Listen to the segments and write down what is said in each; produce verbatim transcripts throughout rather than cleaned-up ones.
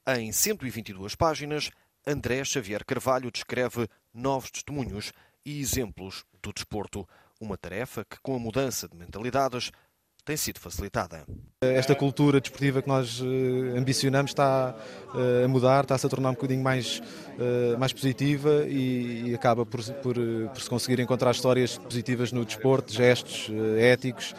Em cento e vinte e duas páginas, André Xavier Carvalho descreve novos testemunhos e exemplos do desporto, uma tarefa que, com a mudança de mentalidades, tem sido facilitada. Esta cultura desportiva que nós ambicionamos está a mudar, está-se a tornar um bocadinho mais, mais positiva e acaba por, por, por se conseguir encontrar histórias positivas no desporto, gestos éticos,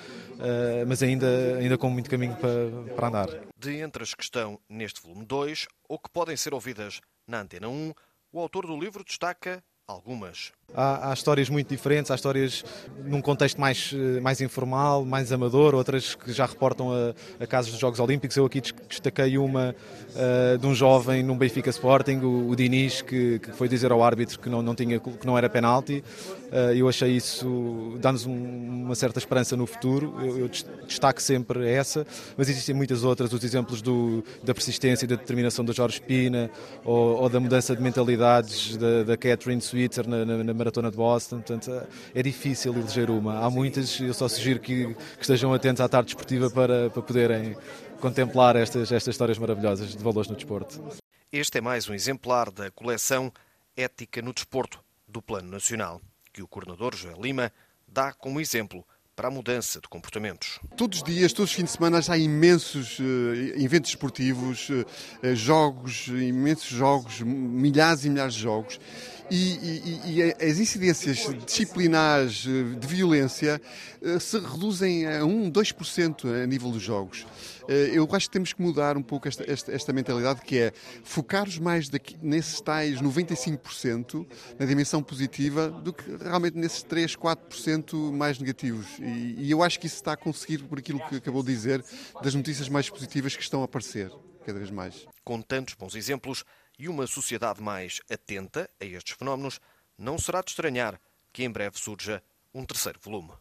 mas ainda, ainda com muito caminho para, para andar. De entre as que estão neste volume dois, ou que podem ser ouvidas na Antena um, o autor do livro destaca algumas. Há, há histórias muito diferentes, há histórias num contexto mais, mais informal, mais amador, outras que já reportam a, a casos dos Jogos Olímpicos. Eu aqui destaquei uma uh, de um jovem num Benfica Sporting, o, o Diniz, que, que foi dizer ao árbitro que não, não, tinha, que não era penalti. Uh, eu achei isso, dá-nos um, uma certa esperança no futuro. Eu, eu destaco sempre essa, mas existem muitas outras, os exemplos do, da persistência e da determinação do Jorge Pina, ou, ou da mudança de mentalidades da, da Catherine Switzer na, na, na Maratona de Boston. Portanto, é difícil eleger uma. Há muitas, eu só sugiro que, que estejam atentos à tarde desportiva para, para poderem contemplar estas, estas histórias maravilhosas de valores no desporto. Este é mais um exemplar da coleção Ética no Desporto do Plano Nacional, que o coordenador Joel Lima dá como exemplo para a mudança de comportamentos. Todos os dias, todos os fins de semana, há imensos uh, eventos esportivos, uh, jogos, imensos jogos, milhares e milhares de jogos. E, e, e as incidências disciplinares de violência uh, se reduzem a um, dois por cento a nível dos jogos. Uh, eu acho que temos que mudar um pouco esta, esta, esta mentalidade, que é focar-nos mais daqui, nesses tais noventa e cinco por cento na dimensão positiva do que realmente nesses três, quatro por cento mais negativos. E, e eu acho que isso está a conseguir, por aquilo que acabou de dizer, das notícias mais positivas que estão a aparecer cada vez mais. Com tantos bons exemplos e uma sociedade mais atenta a estes fenómenos, não será de estranhar que em breve surja um terceiro volume.